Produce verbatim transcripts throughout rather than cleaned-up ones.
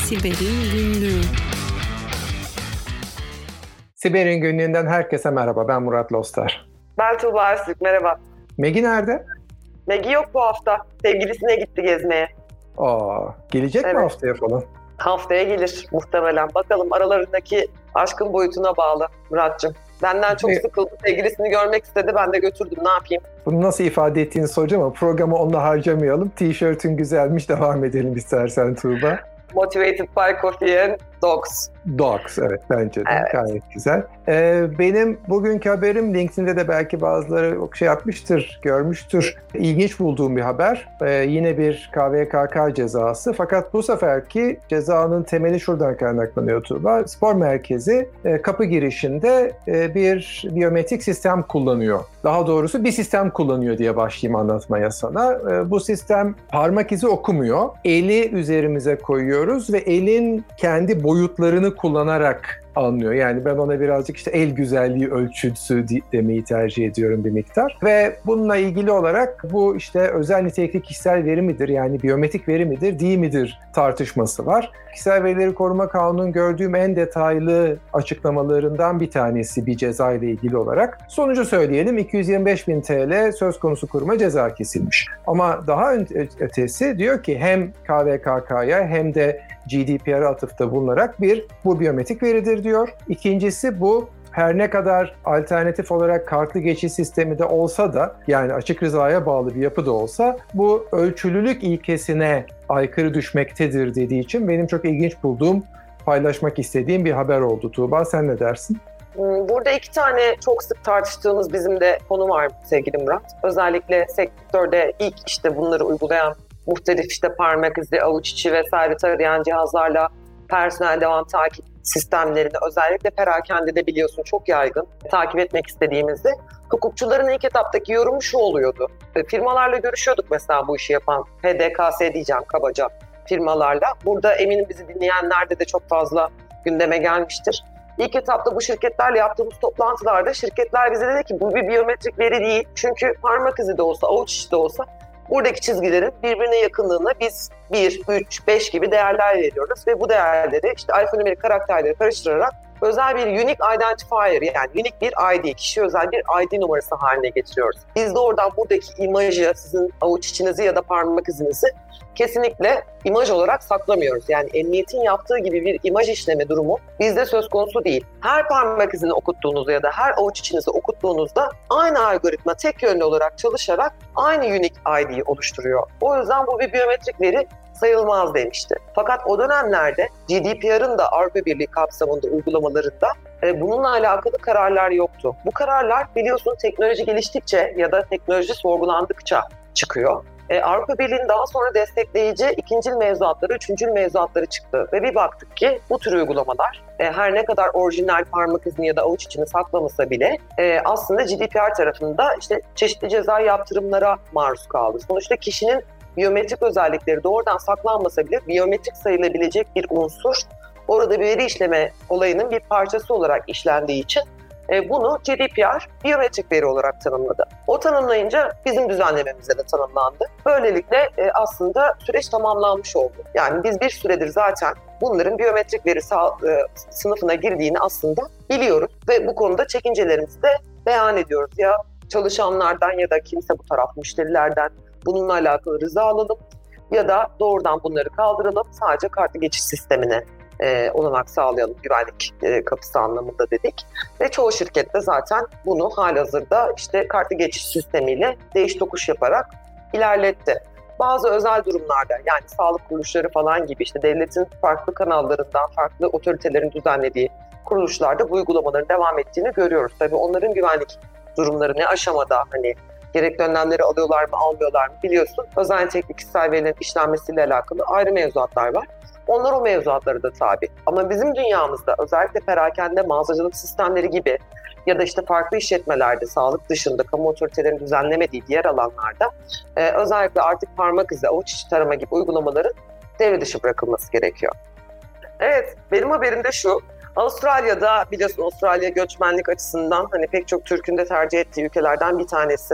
Siber'in Günlüğü. Siber'in Günlüğü'nden herkese merhaba. Ben Murat Lostar. Ben Tuğba Öztürk. Merhaba. Megi nerede? Megi yok bu hafta. Sevgilisine gitti gezmeye. Aa, gelecek evet. mi haftaya falan? Haftaya gelir muhtemelen. Bakalım aralarındaki aşkın boyutuna bağlı Murat'cığım. Benden çok e- sıkıldı. Sevgilisini görmek istedi. Ben de götürdüm. Ne yapayım? Bunu nasıl ifade ettiğini soracağım ama programı onunla harcamayalım. T-shirt'ün güzelmiş. Devam edelim istersen Tuğba. Motivated by Coffee and Dogs. Dogs, evet bence de evet. Gayet güzel. Ee, benim bugünkü haberim LinkedIn'de de belki bazıları şey yapmıştır, görmüştür. İlginç bulduğum bir haber. Ee, yine bir K V K K cezası. Fakat bu seferki cezanın temeli şuradan kaynaklanıyor Tuğba. Spor merkezi e, kapı girişinde e, bir biyometrik sistem kullanıyor. Daha doğrusu bir sistem kullanıyor diye başlayayım anlatmaya sana. E, bu sistem parmak izi okumuyor. Eli üzerimize koyuyoruz ve elin kendi boyutlarını kullanarak anlıyor. Yani ben ona birazcık işte el güzelliği ölçüsü demeyi tercih ediyorum bir miktar. Ve bununla ilgili olarak bu işte özel nitelikli kişisel veri midir? Yani biyometrik veri midir, değil midir tartışması var. Kişisel Verileri Koruma Kanunu'nun gördüğüm en detaylı açıklamalarından bir tanesi bir ceza ile ilgili olarak. Sonucu söyleyelim, iki yüz yirmi beş bin TL söz konusu kuruma ceza kesilmiş. Ama daha ötesi diyor ki hem K V K K'ya hem de G D P R'a atıfta bulunarak bir, bu biyometrik veridir diyor. İkincisi bu her ne kadar alternatif olarak kartlı geçiş sistemi de olsa da yani açık rızaya bağlı bir yapı da olsa bu ölçülülük ilkesine aykırı düşmektedir dediği için benim çok ilginç bulduğum, paylaşmak istediğim bir haber oldu. Tuğba sen ne dersin? Burada iki tane çok sık tartıştığımız bizim de konu var sevgili Murat. Özellikle sektörde ilk işte bunları uygulayan muhtelif işte parmak izi, avuç içi vesaire tarayan cihazlarla personel devam takip sistemlerini özellikle perakendede biliyorsun çok yaygın takip etmek istediğimizde hukukçuların ilk etaptaki yorumu şu oluyordu. Firmalarla görüşüyorduk mesela bu işi yapan P D K S diyeceğim kabaca firmalarla. Burada eminim bizi dinleyenlerde de çok fazla gündeme gelmiştir. İlk etapta bu şirketlerle yaptığımız toplantılarda şirketler bize dedi ki bu bir biyometrik veri değil. Çünkü parmak izi de olsa, avuç içi de olsa buradaki çizgilerin birbirine yakınlığına biz bir, üç, beş gibi değerler veriyoruz ve bu değerleri işte alfanümerik karakterleri karıştırarak özel bir unique identifier yani unique bir I D, kişi özel bir I D numarası haline getiriyoruz. Biz de oradan buradaki imajı, sizin avuç içinizi ya da parmak izinizi kesinlikle imaj olarak saklamıyoruz. Yani emniyetin yaptığı gibi bir imaj işleme durumu bizde söz konusu değil. Her parmak izini okuttuğunuzda ya da her avuç içinizi okuttuğunuzda aynı algoritma tek yönlü olarak çalışarak aynı unique I D'yi oluşturuyor. O yüzden bu bir biyometrik veri sayılmaz demişti. Fakat o dönemlerde G D P R'ın da Avrupa Birliği kapsamında uygulamalarında e, bununla alakalı kararlar yoktu. Bu kararlar biliyorsun teknoloji geliştikçe ya da teknoloji sorgulandıkça çıkıyor. E, Avrupa Birliği'nin daha sonra destekleyici ikincil mevzuatları, üçüncül mevzuatları çıktı. Ve bir baktık ki bu tür uygulamalar e, her ne kadar orijinal parmak izini ya da avuç içini saklamasa bile e, aslında G D P R tarafında işte çeşitli ceza yaptırımlara maruz kaldı. Sonuçta kişinin biyometrik özellikleri doğrudan saklanmasa bile biyometrik sayılabilecek bir unsur orada bir veri işleme olayının bir parçası olarak işlendiği için e, bunu G D P R biyometrik veri olarak tanımladı. O tanımlayınca bizim düzenlememizde de tanımlandı. Böylelikle e, aslında süreç tamamlanmış oldu. Yani biz bir süredir zaten bunların biyometrik veri sağ, e, sınıfına girdiğini aslında biliyoruz ve bu konuda çekincelerimizi de beyan ediyoruz. Ya çalışanlardan ya da kimse bu taraf müşterilerden bununla alakalı rıza alalım ya da doğrudan bunları kaldıralım, sadece kartlı geçiş sistemine e, olanak sağlayalım güvenlik e, kapısı anlamında dedik. Ve çoğu şirkette zaten bunu halihazırda işte kartlı geçiş sistemiyle değiş tokuş yaparak ilerletti. Bazı özel durumlarda yani sağlık kuruluşları falan gibi işte devletin farklı kanallarından, farklı otoritelerin düzenlediği kuruluşlarda bu uygulamaların devam ettiğini görüyoruz. Tabii onların güvenlik durumları ne aşamada, hani gerekli önlemleri alıyorlar mı, almıyorlar mı biliyorsun. Özel nitelikli kişisel verilerin işlenmesiyle alakalı ayrı mevzuatlar var. Onlar o mevzuatları da tabi. Ama bizim dünyamızda özellikle perakende mağazacılık sistemleri gibi ya da işte farklı işletmelerde, sağlık dışında kamu otoritelerinin düzenlemediği diğer alanlarda e, özellikle artık parmak izi, avuç içi tarama gibi uygulamaların devre dışı bırakılması gerekiyor. Evet, benim haberim de şu. Avustralya'da biliyorsun Avustralya göçmenlik açısından hani pek çok Türk'ün de tercih ettiği ülkelerden bir tanesi.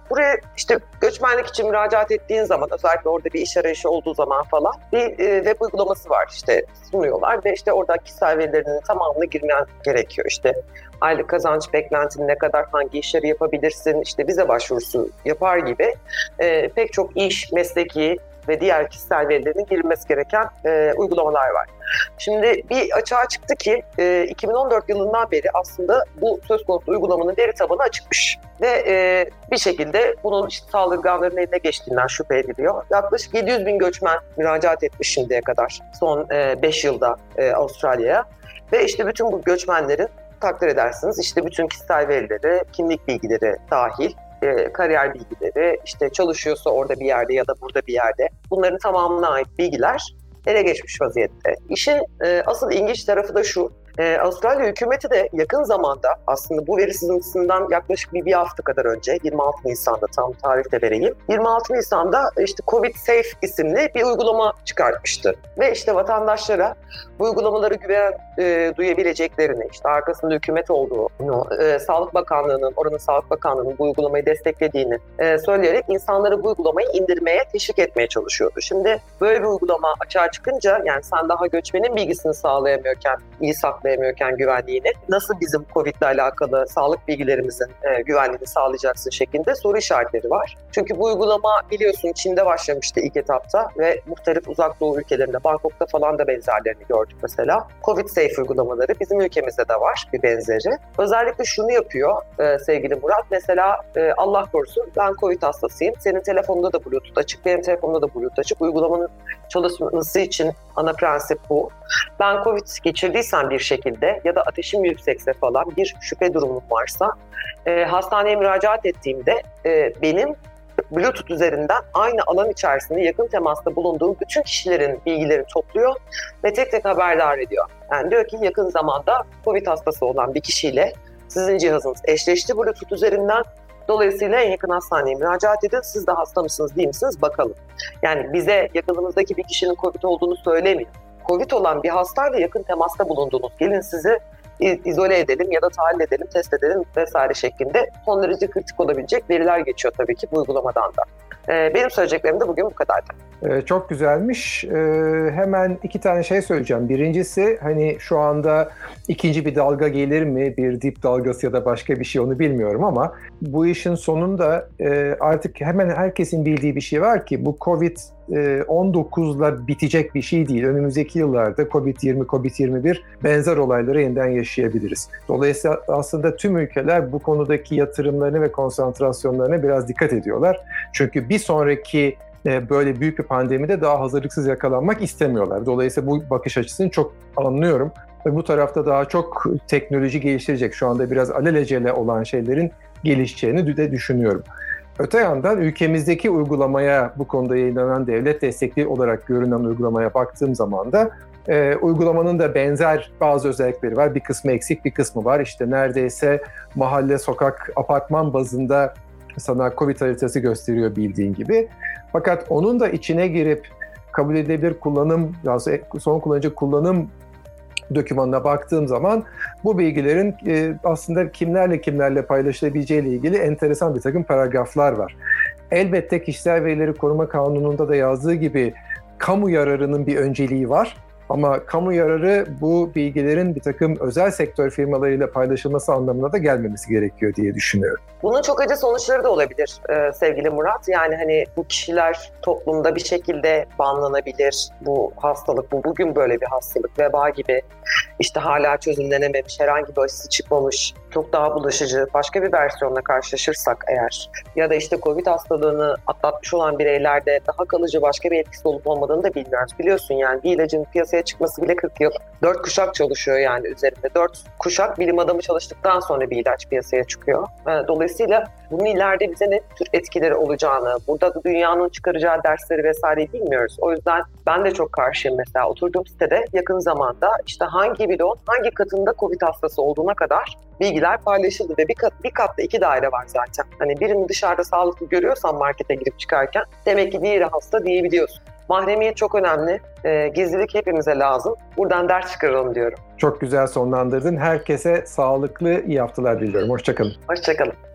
buraya işte göçmenlik için müracaat ettiğin zaman, özellikle orada bir iş arayışı olduğu zaman falan bir e, web uygulaması var, işte sunuyorlar ve işte orada kişisel verilerinin tamamını girmen gerekiyor. İşte aylık kazanç beklentin ne kadar, hangi işleri yapabilirsin, işte vize başvurusu yapar gibi e, pek çok iş, mesleki ve diğer kişisel verilerin girilmesi gereken e, uygulamalar var. Şimdi bir açığa çıktı ki e, iki bin on dört yılından beri aslında bu söz konusu uygulamanın veri tabanı açıkmış. Ve e, bir şekilde bunun işte saldırganların eline geçtiğinden şüphe ediliyor. Yaklaşık yedi yüz bin göçmen müracaat etmiş şimdiye kadar son e, beş yılda e, Avustralya'ya. Ve işte bütün bu göçmenlerin, takdir edersiniz, işte bütün kişisel verileri, kimlik bilgileri dahil, e, kariyer bilgileri, işte çalışıyorsa orada bir yerde ya da burada bir yerde, bunların tamamına ait bilgiler ele geçmiş vaziyette. İşin e, asıl ilginç tarafı da şu, e, Avustralya hükümeti de yakın zamanda, aslında bu veri sızıntısından yaklaşık bir, bir hafta kadar önce, yirmi altı Nisan'da, tam tarihte vereyim, yirmi altı Nisan'da işte Covid Safe isimli bir uygulama çıkartmıştı. Ve işte vatandaşlara bu uygulamaları güven e, duyabileceklerini, işte arkasında hükümet olduğunu, e, Sağlık Bakanlığı'nın, oranın Sağlık Bakanlığı'nın bu uygulamayı desteklediğini e, söyleyerek insanları bu uygulamayı indirmeye, teşvik etmeye çalışıyordu. Şimdi böyle bir uygulama açığa çıkınca, yani sen daha göçmenin bilgisini sağlayamıyorken, iyi saklayamıyorken güvenliğini, nasıl bizim Covid'le alakalı sağlık bilgilerimizin e, güvenliğini sağlayacaksın şeklinde soru işaretleri var. Çünkü bu uygulama biliyorsun Çin'de başlamıştı ilk etapta ve muhtelif uzak doğu ülkelerinde, Bangkok'ta falan da benzerlerini gördük mesela. Covid Safe uygulamaları bizim ülkemizde de var bir benzeri. Özellikle şunu yapıyor e, sevgili Murat, mesela e, Allah korusun ben Covid hastasıyım, senin telefonunda da Bluetooth açık, benim telefonumda da Bluetooth açık. Uygulamanın çalışması için ana prensip bu. Ben Covid geçirdiysem bir şekilde ya da ateşim yüksekse falan, bir şüphe durumum varsa, e, hastaneye müracaat ettiğimde e, benim Bluetooth üzerinden aynı alan içerisinde yakın temasta bulunduğum bütün kişilerin bilgilerini topluyor ve tek tek haberdar ediyor. Yani diyor ki yakın zamanda Covid hastası olan bir kişiyle sizin cihazınız eşleşti Bluetooth üzerinden. Dolayısıyla en yakın hastaneye müracaat edin. Siz de hasta mısınız, değil misiniz? Bakalım. Yani bize yakınımızdaki bir kişinin Covid olduğunu söylemiyor. Covid olan bir hastayla yakın temasta bulundunuz, gelin sizi izole edelim ya da tahlil edelim, test edelim vesaire şeklinde son derece kritik olabilecek veriler geçiyor tabii ki bu uygulamadan da. Benim söyleyeceklerim de bugün bu kadardı. Ee, çok güzelmiş. Ee, hemen iki tane şey söyleyeceğim. Birincisi, hani şu anda ikinci bir dalga gelir mi? Bir dip dalgası ya da başka bir şey, onu bilmiyorum ama bu işin sonunda e, artık hemen herkesin bildiği bir şey var ki bu Covid on dokuzla bitecek bir şey değil. Önümüzdeki yıllarda Covid yirmi, Covid yirmi bir benzer olayları yeniden yaşayabiliriz. Dolayısıyla aslında tüm ülkeler bu konudaki yatırımlarını ve konsantrasyonlarına biraz dikkat ediyorlar. Çünkü bir sonraki böyle büyük bir pandemide daha hazırlıksız yakalanmak istemiyorlar. Dolayısıyla bu bakış açısını çok anlıyorum. Ve bu tarafta daha çok teknoloji geliştirecek. Şu anda biraz alelacele olan şeylerin gelişeceğini de düşünüyorum. Öte yandan ülkemizdeki uygulamaya, bu konuda yayınlanan devlet destekli olarak görünen uygulamaya baktığım zaman da e, uygulamanın da benzer bazı özellikleri var. Bir kısmı eksik, bir kısmı var. İşte neredeyse mahalle, sokak, apartman bazında sana Covid haritası gösteriyor bildiğin gibi. Fakat onun da içine girip kabul edilebilir kullanım, son kullanıcı kullanım dokümanına baktığım zaman bu bilgilerin e, aslında kimlerle kimlerle paylaşılabileceği ile ilgili enteresan bir takım paragraflar var. Elbette kişisel verileri koruma kanununda da yazdığı gibi kamu yararının bir önceliği var. Ama kamu yararı bu bilgilerin bir takım özel sektör firmalarıyla paylaşılması anlamına da gelmemesi gerekiyor diye düşünüyorum. Bunun çok acı sonuçları da olabilir e, sevgili Murat. Yani hani bu kişiler toplumda bir şekilde banlanabilir. Bu hastalık, bu bugün böyle bir hastalık, veba gibi işte hala çözümlenememiş, herhangi bir aşısı çıkmamış, çok daha bulaşıcı başka bir versiyonla karşılaşırsak eğer ya da işte Covid hastalığını atlatmış olan bireylerde daha kalıcı başka bir etkisi olup olmadığını da bilmiyoruz. Biliyorsun yani bir ilacın piyasaya çıkması bile kırk yıl. Dört kuşak çalışıyor yani üzerinde. Dört kuşak bilim adamı çalıştıktan sonra bir ilaç piyasaya çıkıyor. Dolayısıyla bunun ileride bize ne tür etkileri olacağını, burada dünyanın çıkaracağı dersleri vesaire bilmiyoruz. O yüzden ben de çok karşıyım mesela. Oturduğum sitede yakın zamanda işte hangi bloğun hangi katında Covid hastası olduğuna kadar bilgiler paylaşıldı ve bir kat, bir katta iki daire var zaten. Hani birini dışarıda sağlıklı görüyorsan markete girip çıkarken demek ki diğeri hasta diyebiliyorsun. Mahremiyet çok önemli. E, gizlilik hepimize lazım. Buradan ders çıkaralım diyorum. Çok güzel sonlandırdın. Herkese sağlıklı, iyi haftalar diliyorum. Hoşça kalın. Hoşça kalın.